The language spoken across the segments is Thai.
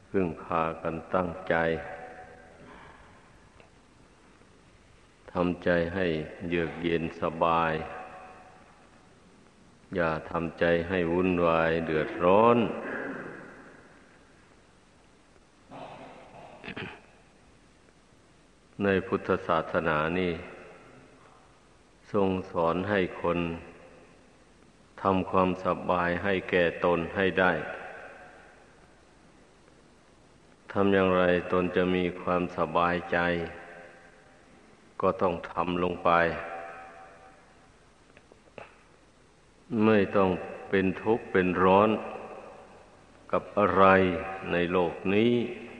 พึ่งพากันตั้งใจทำใจให้เยือกเย็นสบายอย่าทำใจให้วุ่นวายเดือดร้อนในพุทธศาสนานี่ทรงสอนให้คนทำความสบายให้แก่ตนให้ได้ทำอย่างไรตนจะมีความสบายใจก็ต้องทำลงไปไม่ต้องเป็นทุกข์เป็นร้อนกับอะไรในโลกนี้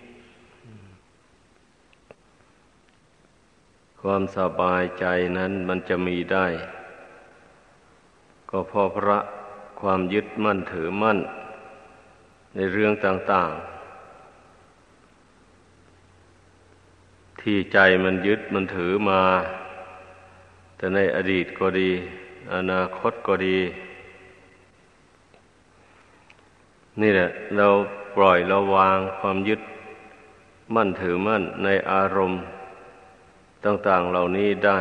ความสบายใจนั้นมันจะมีได้ก็เพราะพระความยึดมั่นถือมั่นในเรื่องต่างๆที่ใจมันยึดมันถือมาแต่ในอดีตก็ดีอนาคตก็ดีนี่แหละเราปล่อยเราวางความยึดมั่นถือมั่นในอารมณ์ต่างๆเหล่านี้ได้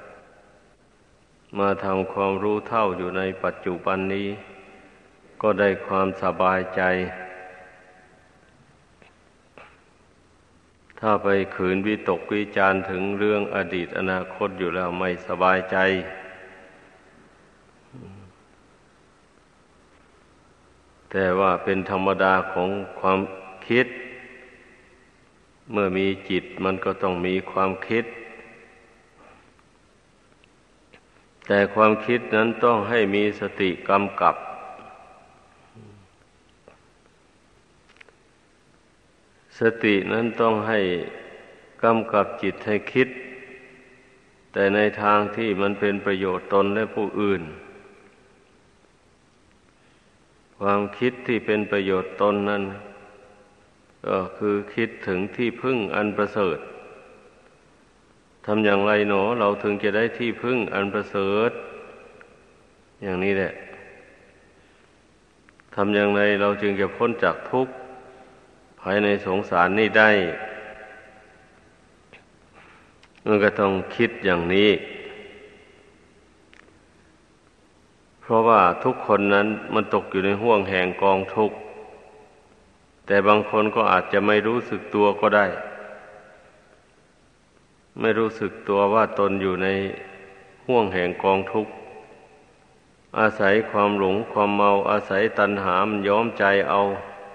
มาทำความรู้เท่าอยู่ในปัจจุบันนี้ก็ได้ความสบายใจถ้าไปขืนวิตกวิจารถึงเรื่องอดีตอนาคตอยู่แล้วไม่สบายใจแต่ว่าเป็นธรรมดาของความคิดเมื่อมีจิตมันก็ต้องมีความคิดแต่ความคิดนั้นต้องให้มีสติกำกับสตินั้นต้องให้กำกับจิตให้คิดแต่ในทางที่มันเป็นประโยชน์ตนและผู้อื่นความคิดที่เป็นประโยชน์ตนนั้นก็คือคิดถึงที่พึ่งอันประเสริฐทำอย่างไรหนอเราถึงจะได้ที่พึ่งอันประเสริฐอย่างนี้แหละทำอย่างไรเราจึงจะพ้นจากทุกข์ภายในสงสารนี้ได้มันก็ต้องคิดอย่างนี้เพราะว่าทุกคนนั้นมันตกอยู่ในห้วงแห่งกองทุกข์แต่บางคนก็อาจจะไม่รู้สึกตัวก็ได้ไม่รู้สึกตัวว่าตนอยู่ในห้วงแห่งกองทุกข์อาศัยความหลงความเมาอาศัยตัณหามันย้อมใจเอา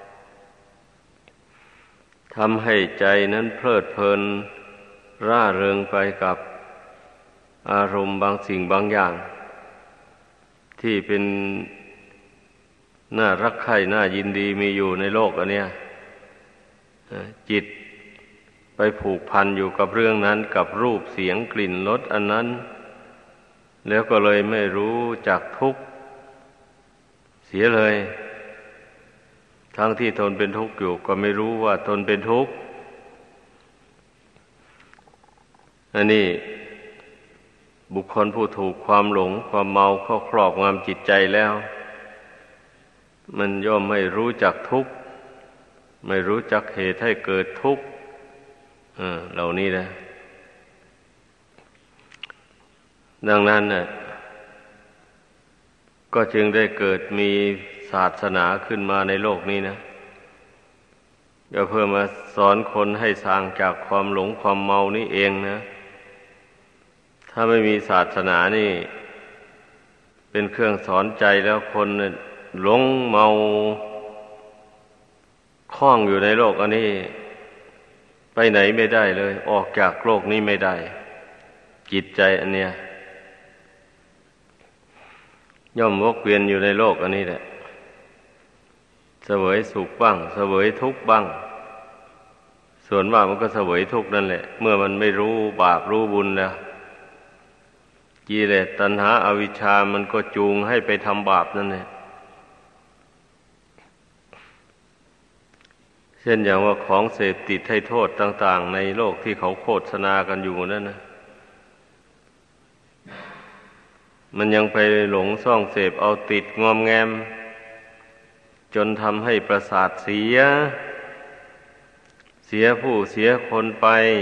ทำให้ใจนั้นเพลิดเพลินร่าเริงไปกับอารมณ์บางสิ่งบางอย่างที่เป็นน่ารักใคร่น่ายินดีมีอยู่ในโลกอันเนี้ยจิตไปผูกพันอยู่กับเรื่องนั้นกับรูปเสียงกลิ่นรสอันนั้นแล้วก็เลยไม่รู้จักทุกข์เสียเลยทั้งที่ตนเป็นทุกข์อยู่ก็ไม่รู้ว่าตนเป็นทุกข์อันนี้บุคคลผู้ถูกความหลงความเมาเข้าครอบงำจิตใจแล้วมันย่อมไม่รู้จักทุกข์ไม่รู้จักเหตุให้เกิดทุกข์เหล่านี้นะดังนั้นน่ะก็จึงได้เกิดมีศาสนาขึ้นมาในโลกนี้นะก็เพื่อมาสอนคนให้ห่างจากความหลงความเมานี่เองนะถ้าไม่มีศาสนานี่เป็นเครื่องสอนใจแล้วคนหลงเมาคล้องอยู่ในโลกอันนี้ไปไหนไม่ได้เลยออกจากโลกนี้ไม่ได้จิตใจอันเนี้ยย่อมวกเวียนอยู่ในโลกอันนี้แหละเสวยสุขบ้างเสวยทุกข์บ้างส่วนมากมันก็เสวยทุกข์นั่นแหละเมื่อมันไม่รู้บาปรู้บุญแล้วกิเลสตัณหาอวิชชามันก็จูงให้ไปทำบาปนั่นแหละเช่นอย่างว่าของเสพติดให้โทษต่างๆในโลกที่เขาโฆษณากันอยู่นั่นนะมันยังไปหลงซ่องเสพเอาติดงอมแงมจนทำให้ประสาทเสียเสียผู้เสียคนไป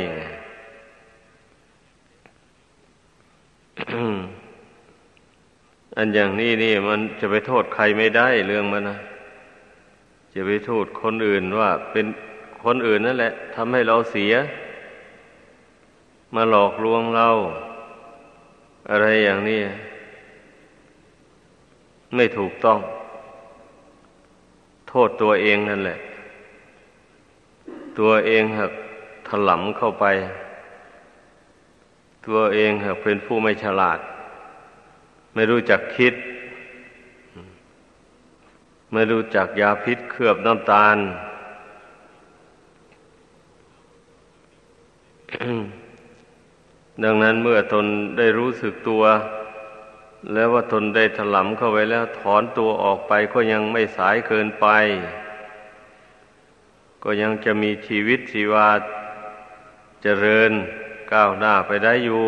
อันอย่างนี้นี่มันจะไปโทษใครไม่ได้เรื่องมันนะจะไปโทษคนอื่นว่าเป็นคนอื่นนั่นแหละทำให้เราเสียมาหลอกลวงเราอะไรอย่างนี้ไม่ถูกต้องโทษตัวเองนั่นแหละตัวเองหากถลำเข้าไปตัวเองหากเป็นผู้ไม่ฉลาดไม่รู้จักคิดไม่รู้จักยาพิษเคลือบน้ำตาล ดังนั้นเมื่อตนได้รู้สึกตัวแล้วว่าตนได้ถลำเข้าไปแล้วถอนตัวออกไปก็ยังไม่สายเกินไปก็ยังจะมีชีวิตชีวาเจริญก้าวหน้าไปได้อยู่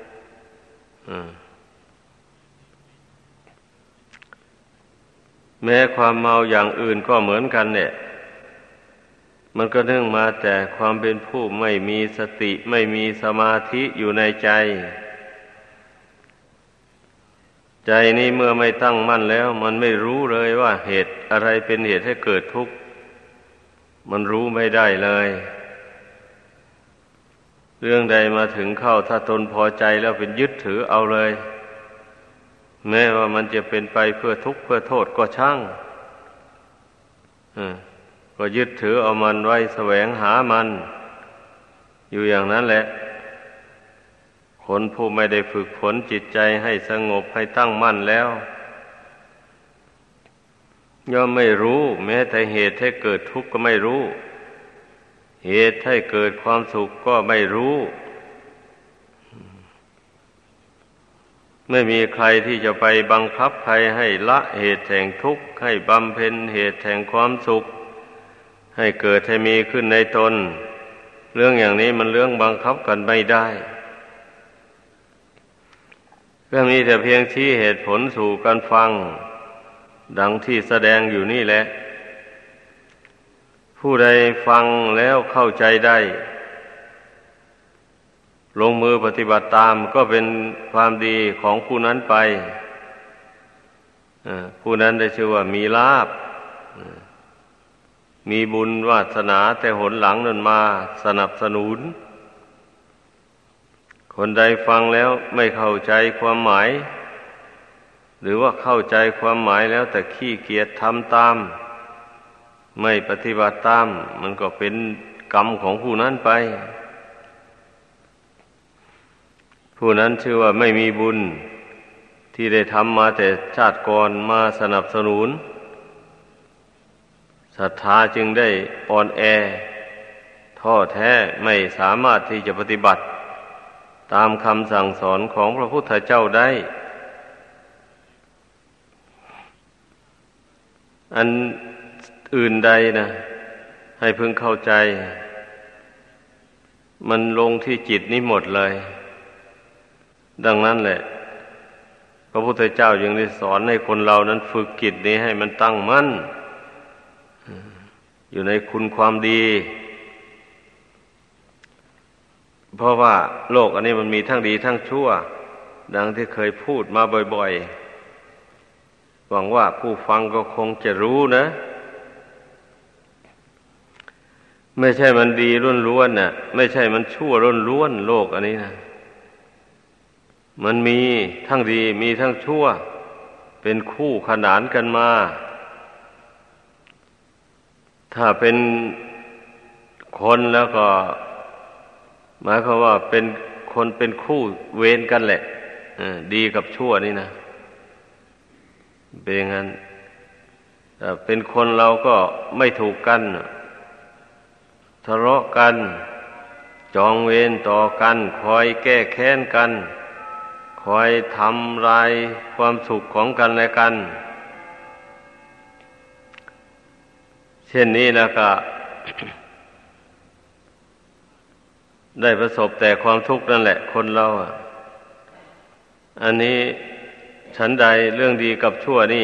แม้ความเมาอย่างอื่นก็เหมือนกันเนี่ยมันก็เนื่องมาแต่ความเป็นผู้ไม่มีสติไม่มีสมาธิอยู่ในใจใจนี้เมื่อไม่ตั้งมั่นแล้วมันไม่รู้เลยว่าเหตุอะไรเป็นเหตุให้เกิดทุกข์มันรู้ไม่ได้เลยเรื่องใดมาถึงเข้าถ้าตนพอใจแล้วเป็นยึดถือเอาเลยแม้ว่ามันจะเป็นไปเพื่อทุกข์เพื่อโทษก็ช่างก็ยึดถือเอามันไว้แสวงหามันอยู่อย่างนั้นแหละคนผู้ไม่ได้ฝึกฝนจิตใจให้สงบให้ตั้งมั่นแล้วย่อมไม่รู้แม้แต่เหตุให้เกิดทุกข์ก็ไม่รู้เหตุให้เกิดความสุขก็ไม่รู้ไม่มีใครที่จะไปบังคับใครให้ละเหตุแห่งทุกข์ให้บำเพ็ญเหตุแห่งความสุขให้เกิดให้มีขึ้นในตนเรื่องอย่างนี้มันเรื่องบังคับกันไม่ได้ก็มีแต่เพียงชี้เหตุผลสู่กันฟังดังที่แสดงอยู่นี่แหละผู้ใดฟังแล้วเข้าใจได้ลงมือปฏิบัติตามก็เป็นความดีของผู้นั้นไปผู้นั้นได้ชื่อว่ามีลาภมีบุญวาสนาแต่หนหลังนั้นมาสนับสนุนคนใดฟังแล้วไม่เข้าใจความหมายหรือว่าเข้าใจความหมายแล้วแต่ขี้เกียจทำตามไม่ปฏิบัติตามมันก็เป็นกรรมของผู้นั้นไปผู้นั้นชื่อว่าไม่มีบุญที่ได้ทำมาแต่ชาติก่อนมาสนับสนุนศรัทธาจึงได้อ่อนแอท้อแท้ไม่สามารถที่จะปฏิบัติตามคำสั่งสอนของพระพุทธเจ้าได้อันอื่นใดนะให้พึงเข้าใจมันลงที่จิตนี้หมดเลยดังนั้นแหละพระพุทธเจ้ายังได้สอนให้คนเรานั้นฝึกจิตนี้ให้มันตั้งมั่นอยู่ในคุณความดีเพราะว่าโลกอันนี้มันมีทั้งดีทั้งชั่วดังที่เคยพูดมาบ่อยๆหวังว่าผู้ฟังก็คงจะรู้นะไม่ใช่มันดีล้วนๆน่ะไม่ใช่มันชั่วล้วนๆโลกอันนี้นะมันมีทั้งดีมีทั้งชั่วเป็นคู่ขนานกันมาถ้าเป็นคนแล้วก็หมายความว่าเป็นคนเป็นคู่เวรกันแหละดีกับชั่วนี่นะเป็นอย่างนั้นแต่เป็นคนเราก็ไม่ถูกกันทะเลาะกันจองเวรต่อกันคอยแก้แค้นกันคอยทำลายความสุขของกันและกันเช่นนี้แล้วก็ ได้ประสบแต่ความทุกข์นั่นแหละคนเราอันนี้ฉันใดเรื่องดีกับชั่วนี่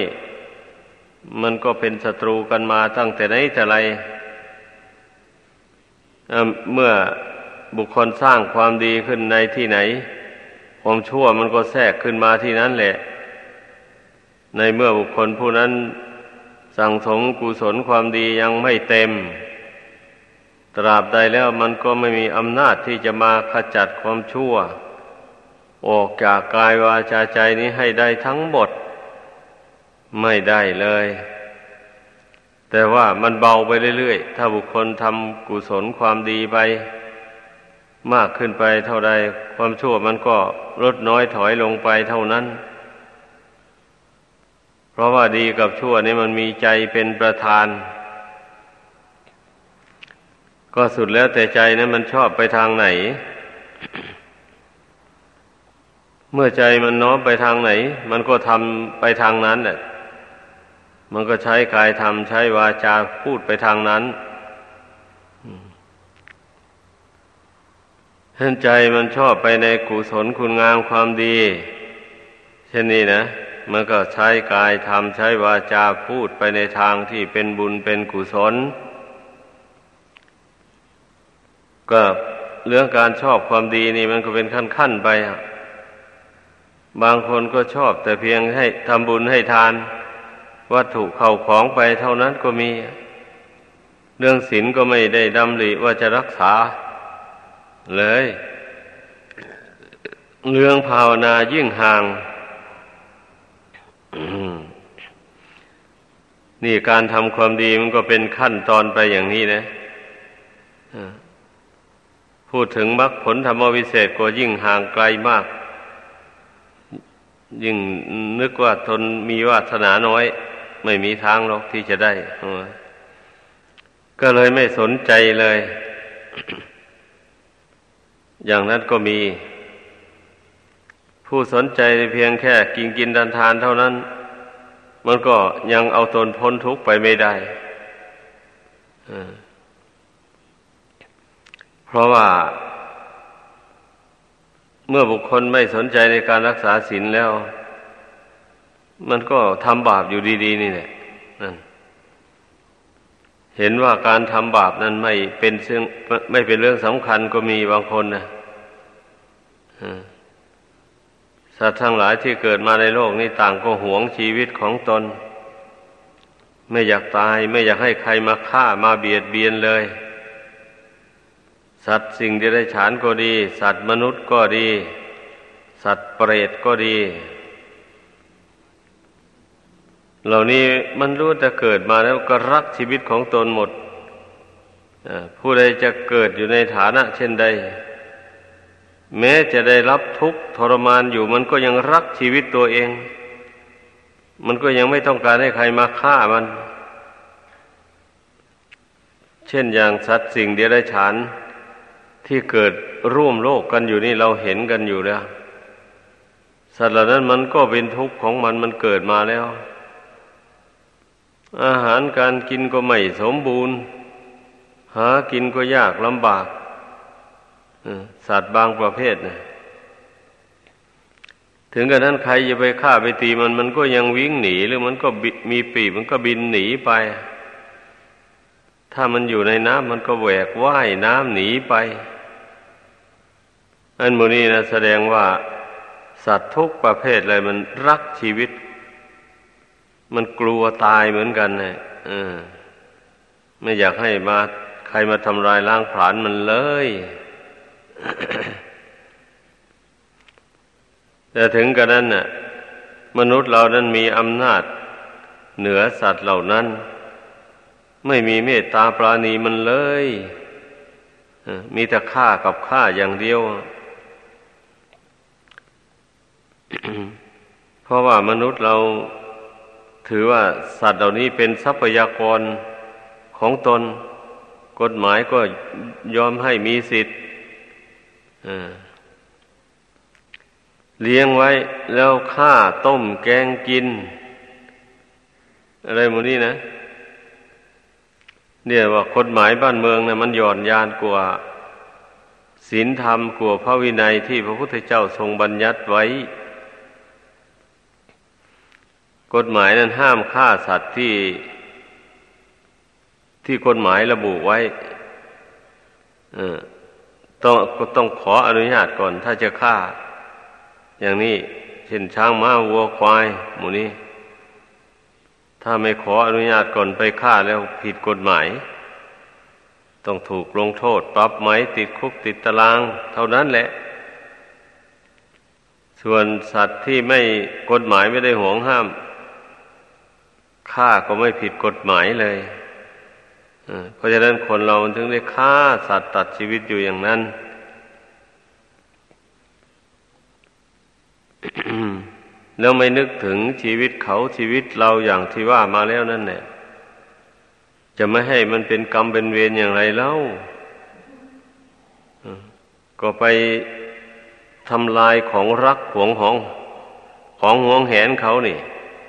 มันก็เป็นศัตรูกันมาตั้งแต่ไหนแต่ไรเมื่อบุคคลสร้างความดีขึ้นในที่ไหนความชั่วมันก็แทรกขึ้นมาที่นั้นแหละในเมื่อบุคคลผู้นั้นสั่งสมกุศลความดียังไม่เต็มตราบใดแล้วมันก็ไม่มีอำนาจที่จะมาขจัดความชั่วออกจากกายวาจาใจนี้ให้ได้ทั้งหมดไม่ได้เลยแต่ว่ามันเบาไปเรื่อยๆถ้าบุคคลทำกุศลความดีไปมากขึ้นไปเท่าใดความชั่วมันก็ลดน้อยถอยลงไปเท่านั้นเพราะว่าดีกับชั่วนี่มันมีใจเป็นประธานก็สุดแล้วแต่ใจนั้นมันชอบไปทางไหนเมื่อใจมันน้อมไปทางไหนมันก็ทำไปทางนั้นแหละมันก็ใช้กายทำใช้วาจาพูดไปทางนั้นเห็นใจมันชอบไปในกุศลคุณงามความดีเช่นนี้นะมันก็ใช้กายทำใช้วาจาพูดไปในทางที่เป็นบุญเป็นกุศลก็เรื่องการชอบความดีนี่มันก็เป็นขั้นๆไปบางคนก็ชอบแต่เพียงให้ทำบุญให้ทานวัตถุเข้าของไปเท่านั้นก็มีเรื่องศีลก็ไม่ได้ดำริว่าจะรักษาเลยเรื่องภาวนายิ่งห่างนี่การทำความดีมันก็เป็นขั้นตอนไปอย่างนี้นะพูดถึงมรรคผลธรรมวิเศษก็ยิ่งห่างไกลมากยิ่งนึกว่าตนมีวาสนาน้อยไม่มีทางหรอกที่จะได้ก็เลยไม่สนใจเลยอย่างนั้นก็มีผู้สนใจเพียงแค่กินทานเท่านั้นมันก็ยังเอาตนพ้นทุกข์ไปไม่ได้เพราะว่าเมื่อบุคคลไม่สนใจในการรักษาศีลแล้วมันก็ทำบาปอยู่ดีๆนี่แหละนั่นเห็นว่าการทำบาปนั้นไม่เป็นเรื่องสำคัญก็มีบางคนนะสัตว์ทั้งหลายที่เกิดมาในโลกนี้ต่างก็หวงชีวิตของตนไม่อยากตายไม่อยากให้ใครมาฆ่ามาเบียดเบียนเลยสัตว์สิ่งเดรัจฉานก็ดีสัตว์มนุษย์ก็ดีสัตว์เปรตก็ดีเหล่านี้มันรู้แต่เกิดมาแล้วก็รักชีวิตของตนหมดผู้ใดจะเกิดอยู่ในฐานะเช่นใดแม้จะได้รับทุกข์ทรมานอยู่มันก็ยังรักชีวิตตัวเองมันก็ยังไม่ต้องการให้ใครมาฆ่ามันเช่นอย่างสัตว์สิ่งเดรัจฉานที่เกิดร่วมโลกกันอยู่นี่เราเห็นกันอยู่แล้วสัตว์เหล่านั้นมันก็เป็นทุกข์ของมันเกิดมาแล้วอาหารการกินก็ไม่สมบูรณ์หากินก็ยากลำบากสัตว์บางประเภทนะถึงกระนั้นใครจะไปฆ่าไปตีมันก็ยังวิ่งหนีหรือมันก็มีปีกมันก็บินหนีไปถ้ามันอยู่ในน้ำมันก็แหวกว่ายน้ำหนีไปอันโมนี้นะแสดงว่าสัตว์ทุกประเภทเลยมันรักชีวิตมันกลัวตายเหมือนกันเลยไม่อยากให้ใครมาทำลายล้างผลาญมันเลย แต่ถึงกระนั้นน่ะมนุษย์เรานั้นมีอำนาจเหนือสัตว์เหล่านั้นไม่มีเมตตาปราณีมันเลยมีแต่ฆ่ากับฆ่าอย่างเดียว เพราะว่ามนุษย์เราถือว่าสัตว์เหล่านี้เป็นทรัพยากรของตนกฎหมายก็ยอมให้มีสิทธิ์เลี้ยงไว้แล้วฆ่าต้มแกงกินอะไรหมดนี้นะเนี่ยว่ากฎหมายบ้านเมืองเนี่ยมันหย่อนยานกว่าศีลธรรมกว่าพระวินัยที่พระพุทธเจ้าทรงบัญญัติไว้กฎหมายนั้นห้ามฆ่าสัตว์ที่กฎหมายระบุไว้เออก็ต้องขออนุญาตก่อนถ้าจะฆ่าอย่างนี้เช่นช้างม้าวัวควายหมู่นี้ถ้าไม่ขออนุญาตก่อนไปฆ่าแล้วผิดกฎหมายต้องถูกลงโทษปรับไหมติดคุกติดตารางเท่านั้นแหละส่วนสัตว์ที่ไม่กฎหมายไม่ได้ห่วงห้ามฆ่าก็ไม่ผิดกฎหมายเลยเพราะฉะนั้นคนเราถึงได้ฆ่าสัตว์ตัดชีวิตอยู่อย่างนั้น แล้วไม่นึกถึงชีวิตเขาชีวิตเราอย่างที่ว่ามาแล้วนั่นแหละจะไม่ให้มันเป็นกรรมเป็นเวรอย่างไรเล่าก็ไปทำลายของรักหวงหวงแหนเขานี่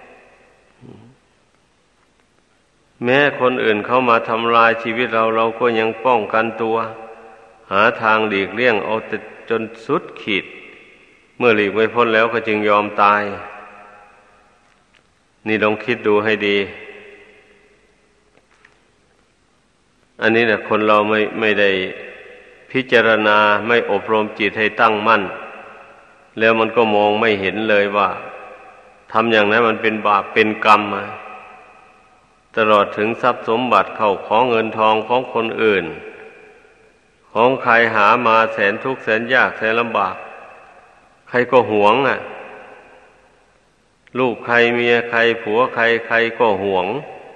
แม้คนอื่นเข้ามาทำลายชีวิตเราก็ยังป้องกันตัวหาทางหลีกเลี่ยงเอาแต่จนสุดขีดเมื่อหลีกไม่พ้นแล้วก็จึงยอมตายนี่ลองคิดดูให้ดีอันนี้เนี่ยคนเราไม่ได้พิจารณาไม่อบรมจิตให้ตั้งมั่นแล้วมันก็มองไม่เห็นเลยว่าทำอย่างนั้นมันเป็นบาปเป็นกรรมมาตลอดถึงทรัพย์สมบัติเข้าของเงินทองของคนอื่นของใครหามาแสนทุกข์แสนยากแสนลำบากใครก็หวงลูกใครเมียใครผัวใครใครก็หวง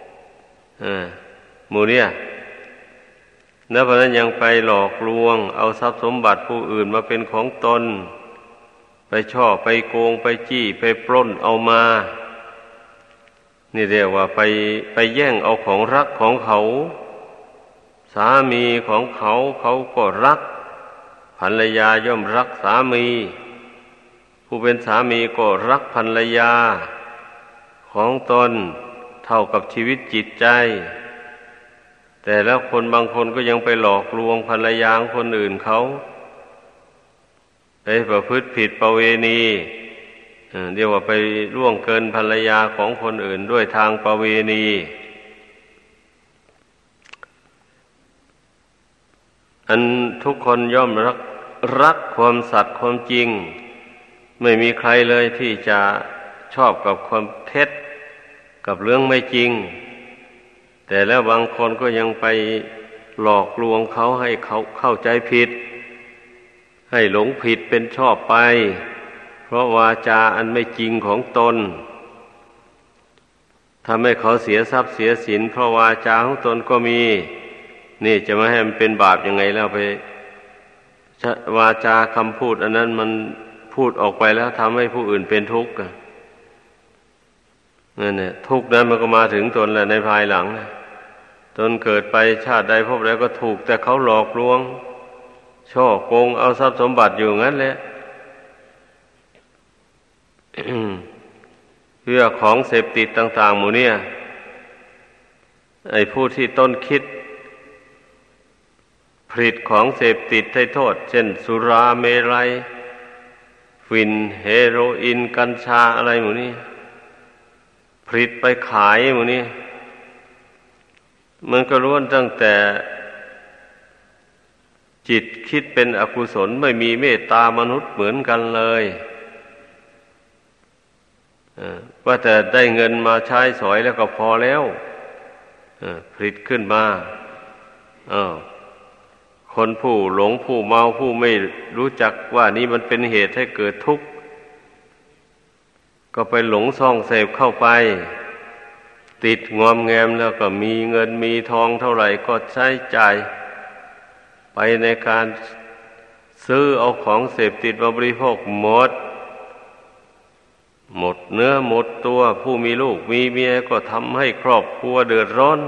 หมู่เนี่ยแล้วเพราะนั้นยังไปหลอกลวงเอาทรัพย์สมบัติผู้อื่นมาเป็นของตนไปช่อไปโกงไปจี้ไปปล้นเอามานี่เรียกว่าไปแย่งเอาของรักของเขาสามีของเขาก็รักภรรยาย่อมรักสามีผู้เป็นสามีก็รักภรรยาของตนเท่ากับชีวิตจิตใจแต่แล้วคนบางคนก็ยังไปหลอกลวงภรรยาของคนอื่นเขาไปประพฤติผิดประเวณีเรียกว่าไปล่วงเกินภรรยาของคนอื่นด้วยทางประเวณีอันทุกคนย่อมรักความสัตย์ความจริงไม่มีใครเลยที่จะชอบกับความเท็จกับเรื่องไม่จริงแต่แล้วบางคนก็ยังไปหลอกลวงเขาให้เขาเข้าใจผิดให้หลงผิดเป็นชอบไปเพราะวาจาอันไม่จริงของตนทำให้เขาเสียทรัพย์เสียสินเพราะวาจาของตนก็มีนี่จะไม่ให้มันเป็นบาปยังไงแล้วไปวาจาคำพูดอันนั้นมันพูดออกไปแล้วทำให้ผู้อื่นเป็นทุกข์นั่นเนี่ยทุกข์นั้นมันก็มาถึงตนแหละในภายหลังตนเกิดไปชาติใดพบแล้วก็ถูกแต่เขาหลอกลวงช่อโกงเอาทรัพย์สมบัติอยู่งั้นแหละ เพื่อของเสพติดต่างๆหมู่เนี่ยไอ้ผู้ที่ต้นคิดผลิตของเสพติดให้โทษเช่นสุราเมรัยฝิ่นเฮโรอีนกัญชาอะไรหมู่นี้ผลิตไปขายหมู่นี้มันก็ล้วนตั้งแต่จิตคิดเป็นอกุศลไม่มีเมตตามนุษย์เหมือนกันเลยว่าแต่ได้เงินมาใช้สอยแล้วก็พอแล้วผลิตขึ้นมาคนผู้หลงผู้เมาผู้ไม่รู้จักว่านี่มันเป็นเหตุให้เกิดทุกข์ก็ไปหลงซ่องเสพเข้าไปติดงอมแงมแล้วก็มีเงินมีทองเท่าไหร่ก็ใช้จ่ายไปในการซื้อเอาของเสพติดมาบริโภคหมดเนื้อหมดตัวผู้มีลูกมีเมียก็ทำให้ครอบครัวเดือดร้อน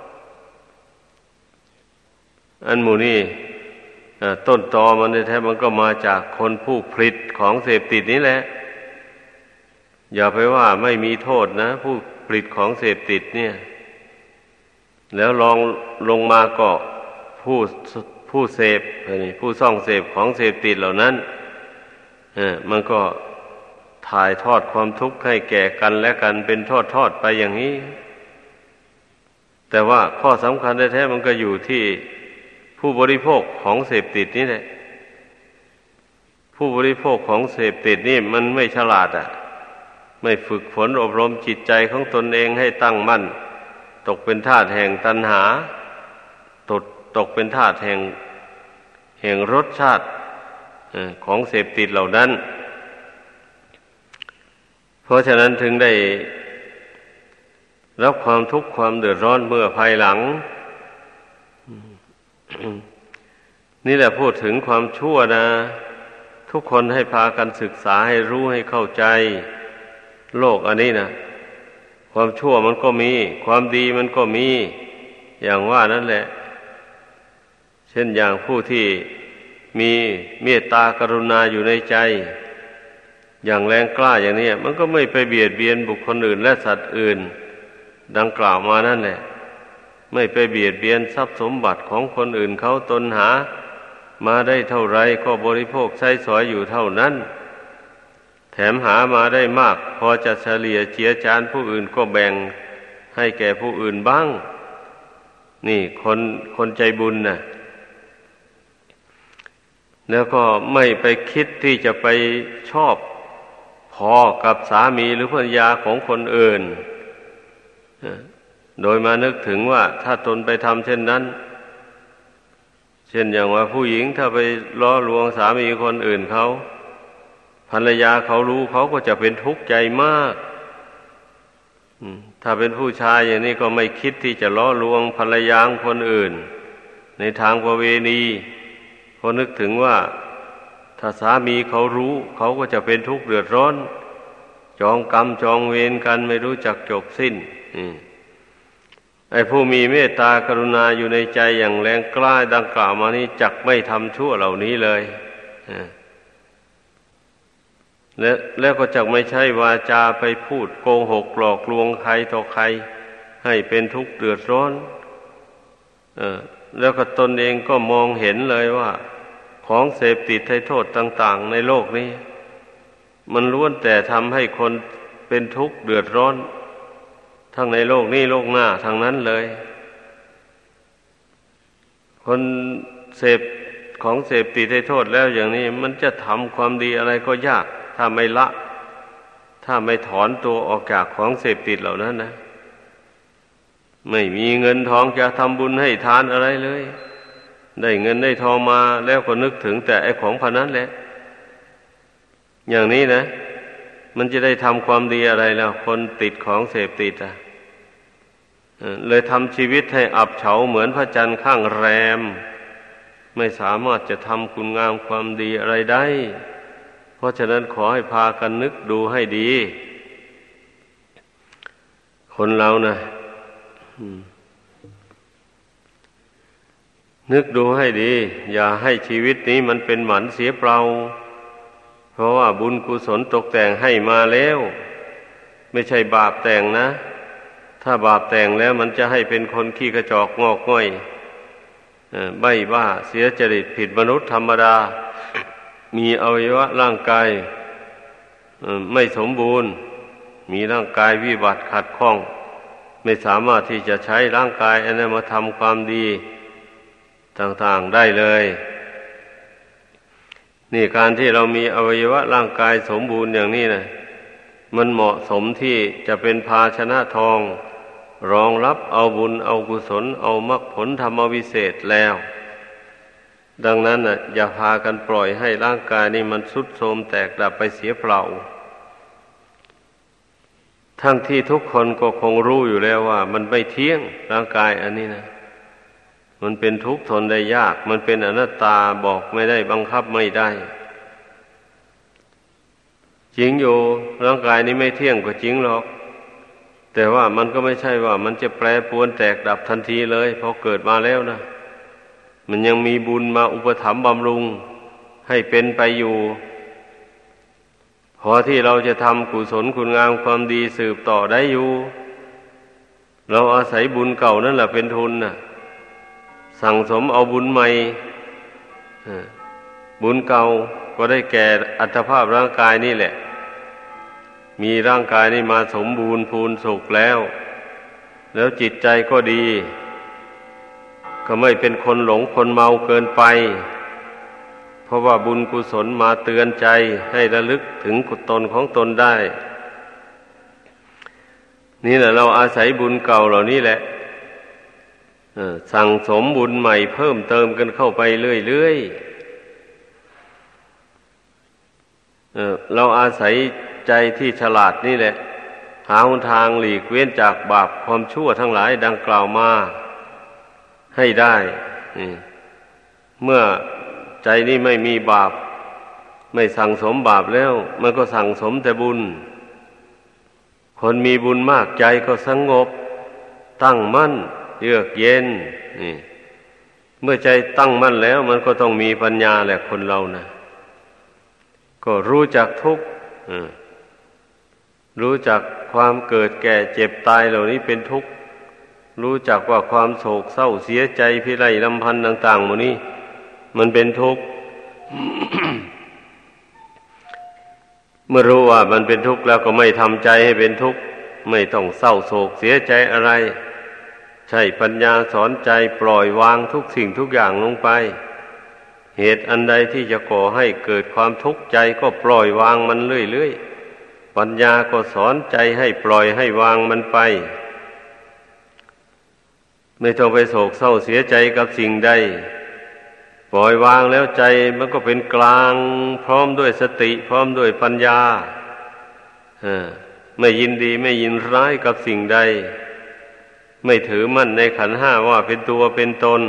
อันหมู่นี้ต้นตอมันแท้มันก็มาจากคนผู้ผลิตของเสพติดนี้แหละอย่าไปว่าไม่มีโทษนะผู้ผลิตของเสพติดเนี่ยแล้วลองลงมาก็ผู้เสพผู้ซ่องเสพของเสพติดเหล่านั้นมันก็ถ่ายทอดความทุกข์ให้แก่กันและกันเป็นทอดไปอย่างนี้แต่ว่าข้อสำคัญแท้ๆมันก็อยู่ที่ผผู้บริโภคของเสพติดนี่แหละผู้บริโภคของเสพติดนี่มันไม่ฉลาดไม่ฝึกฝนอบรมจิตใจของตนเองให้ตั้งมั่นตกเป็นทาสแห่งตัณหาตกเป็นทาสแห่งรสชาติของเสพติดเหล่านั้นเพราะฉะนั้นถึงได้รับความทุกข์ความเดือดร้อนเมื่อภายหลัง นี่แหละพูดถึงความชั่วนะทุกคนให้พากันศึกษาให้รู้ให้เข้าใจโลกอันนี้นะความชั่วมันก็มีความดีมันก็มีอย่างว่านั่นแหละเช่นอย่างผู้ที่มีเมตตากรุณาอยู่ในใจอย่างแรงกล้าอย่างนี้มันก็ไม่ไปเบียดเบียนบุคคลอื่นและสัตว์อื่นดังกล่าวมานั่นแหละไม่ไปเบียดเบียนทรัพย์สมบัติของคนอื่นเขาตนหามาได้เท่าไรก็บริโภคใช้สอยอยู่เท่านั้นแถมหามาได้มากพอจะเฉลี่ยเจียจานผู้อื่นก็แบ่งให้แก่ผู้อื่นบ้างนี่คนใจบุญน่ะแล้วก็ไม่ไปคิดที่จะไปชอบพอกับสามีหรือภรรยาของคนอื่นโดยมานึกถึงว่าถ้าตนไปทำเช่นนั้นเช่นอย่างว่าผู้หญิงถ้าไปล้อลวงสามีคนอื่นเขาภรรยาเขารู้เขาก็จะเป็นทุกข์ใจมากถ้าเป็นผู้ชายอย่างนี้ก็ไม่คิดที่จะล้อลวงภรรยาคนอื่นในทางประเวณีเพราะนึกถึงว่าถ้าสามีเขารู้เขาก็จะเป็นทุกข์เดือดร้อนจองกรรมจองเวรกันไม่รู้จักจบสิ้นไอ้ผู้มีเมตตากรุณาอยู่ในใจอย่างแรงกล้าดังกล่าวมานี้จักไม่ทำชั่วเหล่านี้เลยแล้วก็จักไม่ใช่วาจาไปพูดโกหกหลอกลวงใครต่อใครให้เป็นทุกข์เดือดร้อนแล้วก็ตนเองก็มองเห็นเลยว่าของเสพติดให้โทษต่างๆในโลกนี้มันล้วนแต่ทำให้คนเป็นทุกข์เดือดร้อนทั้งในโลกนี้โลกหน้าทั้งนั้นเลยคนเสพของเสพติดให้โทษแล้วอย่างนี้มันจะทำความดีอะไรก็ยากถ้าไม่ละถ้าไม่ถอนตัวออกจากของเสพติดเหล่านั้นนะไม่มีเงินทองจะทำบุญให้ทานอะไรเลยได้เงินได้ทองมาแล้วก็นึกถึงแต่ไอ้ของพวกนั้นแหละอย่างนี้นะมันจะได้ทำความดีอะไรแล้วคนติดของเสพติดเลยทำชีวิตให้อับเฉาเหมือนพระจันทร์ข้างแรมไม่สามารถจะทำคุณงามความดีอะไรได้เพราะฉะนั้นขอให้พากันนึกดูให้ดีคนเรานะนึกดูให้ดีอย่าให้ชีวิตนี้มันเป็นหมันเสียเปล่าเพราะว่าบุญกุศลตกแต่งให้มาแล้วไม่ใช่บาปแต่งนะถ้าบาปแต่งแล้วมันจะให้เป็นคนขี้กระจอกงอกง่อยใบ้บ้าเสียจริตผิดมนุษย์ธรรมดามีอวัยวะร่างกายไม่สมบูรณ์มีร่างกายวิบัติขัดข้องไม่สามารถที่จะใช้ร่างกายอันนั้นมาทำความดีต่างๆได้เลยนี่การที่เรามีอวัยวะร่างกายสมบูรณ์อย่างนี้นะมันเหมาะสมที่จะเป็นภาชนะทองรองรับเอาบุญเอากุศลเอามรรคผลธรรมวิเศษแล้วดังนั้นอย่าพากันปล่อยให้ร่างกายนี้มันทรุดโทรมแตกดับไปเสียเปล่าทั้งที่ทุกคนก็คงรู้อยู่แล้วว่ามันไม่เที่ยงร่างกายอันนี้นะมันเป็นทุกข์ทนได้ยากมันเป็นอนัตตาบอกไม่ได้บังคับไม่ได้จริงอยู่ร่างกายนี้ไม่เที่ยงก็จริงหรอกแต่ว่ามันก็ไม่ใช่ว่ามันจะแปรปรวนแตกดับทันทีเลยพอเกิดมาแล้วนะมันยังมีบุญมาอุปถัมภ์บำรุงให้เป็นไปอยู่พอที่เราจะทำกุศลคุณงามความดีสืบต่อได้อยู่เราอาศัยบุญเก่านั่นแหละเป็นทุนน่ะสั่งสมเอาบุญใหม่บุญเก่าก็ได้แก่อัตภาพร่างกายนี่แหละมีร่างกายนี้มาสมบูรณ์พูนสุขแล้วจิตใจก็ดีก็ไม่เป็นคนหลงคนเมาเกินไปเพราะว่าบุญกุศลมาเตือนใจให้ระลึกถึงกุศลของตนได้นี่แหละเราอาศัยบุญเก่าเหล่านี้แหละสั่งสมบุญใหม่เพิ่มเติมกันเข้าไปเรื่อยๆเราอาศัยใจที่ฉลาดนี่แหละหาหนทางหลีกเว้นจากบาปความชั่วทั้งหลายดังกล่าวมาให้ได้เมื่อใจนี่ไม่มีบาปไม่สั่งสมบาปแล้วมันก็สั่งสมแต่บุญคนมีบุญมากใจก็สงบตั้งมั่นเยือกเย็นนี่เมื่อใจตั้งมั่นแล้วมันก็ต้องมีปัญญาแหละคนเรานะก็รู้จักทุกข์รู้จักความเกิดแก่เจ็บตายเหล่านี้เป็นทุกข์รู้จักว่าความโศกเศร้าเสียใจพิไรลำพันธ์ต่างๆหมดนี้มันเป็นทุกข์ เมื่อรู้ว่ามันเป็นทุกข์แล้วก็ไม่ทำใจให้เป็นทุกข์ไม่ต้องเศร้าโศกเสียใจอะไรใช้ปัญญาสอนใจปล่อยวางทุกสิ่งทุกอย่างลงไปเหตุอันใดที่จะก่อให้เกิดความทุกข์ใจก็ปล่อยวางมันเรื่อยๆปัญญาก็สอนใจให้ปล่อยให้วางมันไปไม่ต้องไปโศกเศร้าเสียใจกับสิ่งใดปล่อยวางแล้วใจมันก็เป็นกลางพร้อมด้วยสติพร้อมด้วยปัญญาไม่ยินดีไม่ยินร้ายกับสิ่งใดไม่ถือมั่นในขันธ์ห้าว่าเป็นตัวเป็นตน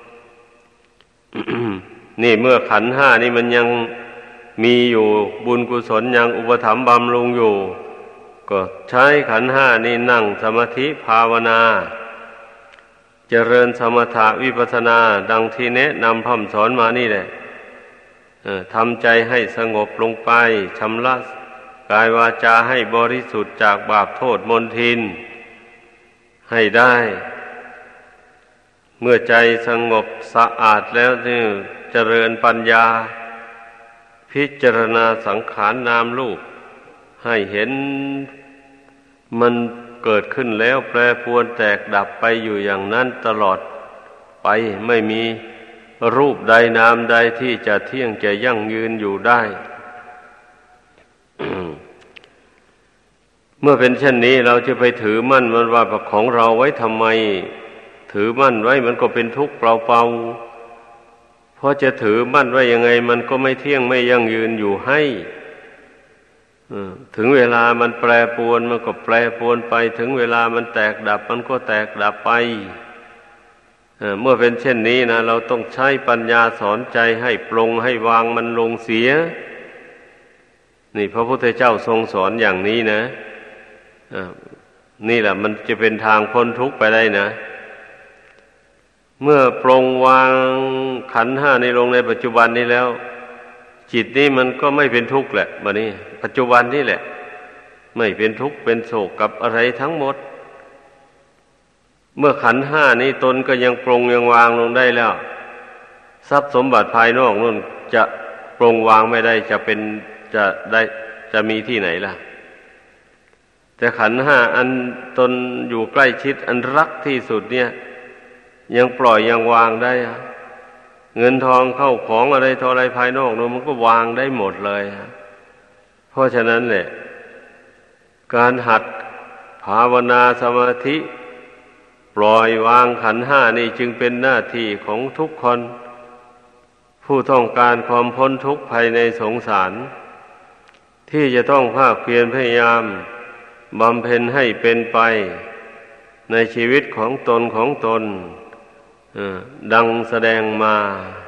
นี่เมื่อขันธ์ห้านี่มันยังมีอยู่บุญกุศลยังอุปถัมภ์บำรุงอยู่ก็ใช้ขันธ์ห้านี่นั่งสมาธิภาวนาเจริญสมถะวิปัสสนาดังที่แนะนำพร่ำสอนมานี่แหละทำใจให้สงบลงไปชำระกายวาจาให้บริสุทธิ์จากบาปโทษมลทินให้ได้เมื่อใจสงบสะอาดแล้วนี่เจริญปัญญาพิจารณาสังขารนามรูปให้เห็นมันเกิดขึ้นแล้วแปรปรวนแตกดับไปอยู่อย่างนั้นตลอดไปไม่มีรูปใดนามใดที่จะเที่ยงจะยั่งยืนอยู่ได้ เมื่อเป็นเช่นนี้เราจะไปถือมั่นมันว่าของเราไว้ทำไมถือมั่นไว้มันก็เป็นทุกข์เปล่าๆเพราะจะถือมั่นไว้ยังไงมันก็ไม่เที่ยงไม่ยั่งยืนอยู่ให้ถึงเวลามันแปรปรวนมันก็แปรปรวนไปถึงเวลามันแตกดับมันก็แตกดับไปเมื่อเป็นเช่นนี้นะเราต้องใช้ปัญญาสอนใจให้ปลงให้วางมันลงเสียนี่พระพุทธเจ้าทรงสอนอย่างนี้นะนี่แหละมันจะเป็นทางพ้นทุกข์ไปได้นะเมื่อปลงวางขันธ์ห้าในลงในปัจจุบันนี้แล้วจิตนี้มันก็ไม่เป็นทุกข์แหละบัดนี้ปัจจุบันนี่แหละไม่เป็นทุกข์เป็นโศกกับอะไรทั้งหมดเมื่อขันธ์ห้านี้ตนก็ยังปลงยังวางลงได้แล้วทรัพย์สมบัติภายนอกนั่นจะปลงวางไม่ได้จะมีที่ไหนล่ะแต่ขันธ์ห้าอันตนอยู่ใกล้ชิดอันรักที่สุดเนี่ยยังปล่อยยังวางได้เงินทองเข้าของอะไรทออะไรภายนอกมันก็วางได้หมดเลยเพราะฉะนั้นแหละการหัดภาวนาสมาธิปล่อยวางขันธ์ห้านี่จึงเป็นหน้าที่ของทุกคนผู้ต้องการความพ้นทุกข์ภายในสงสารที่จะต้องภาคเพียรพยายามบำเพ็ญให้เป็นไปในชีวิตของตนดังแสดงมา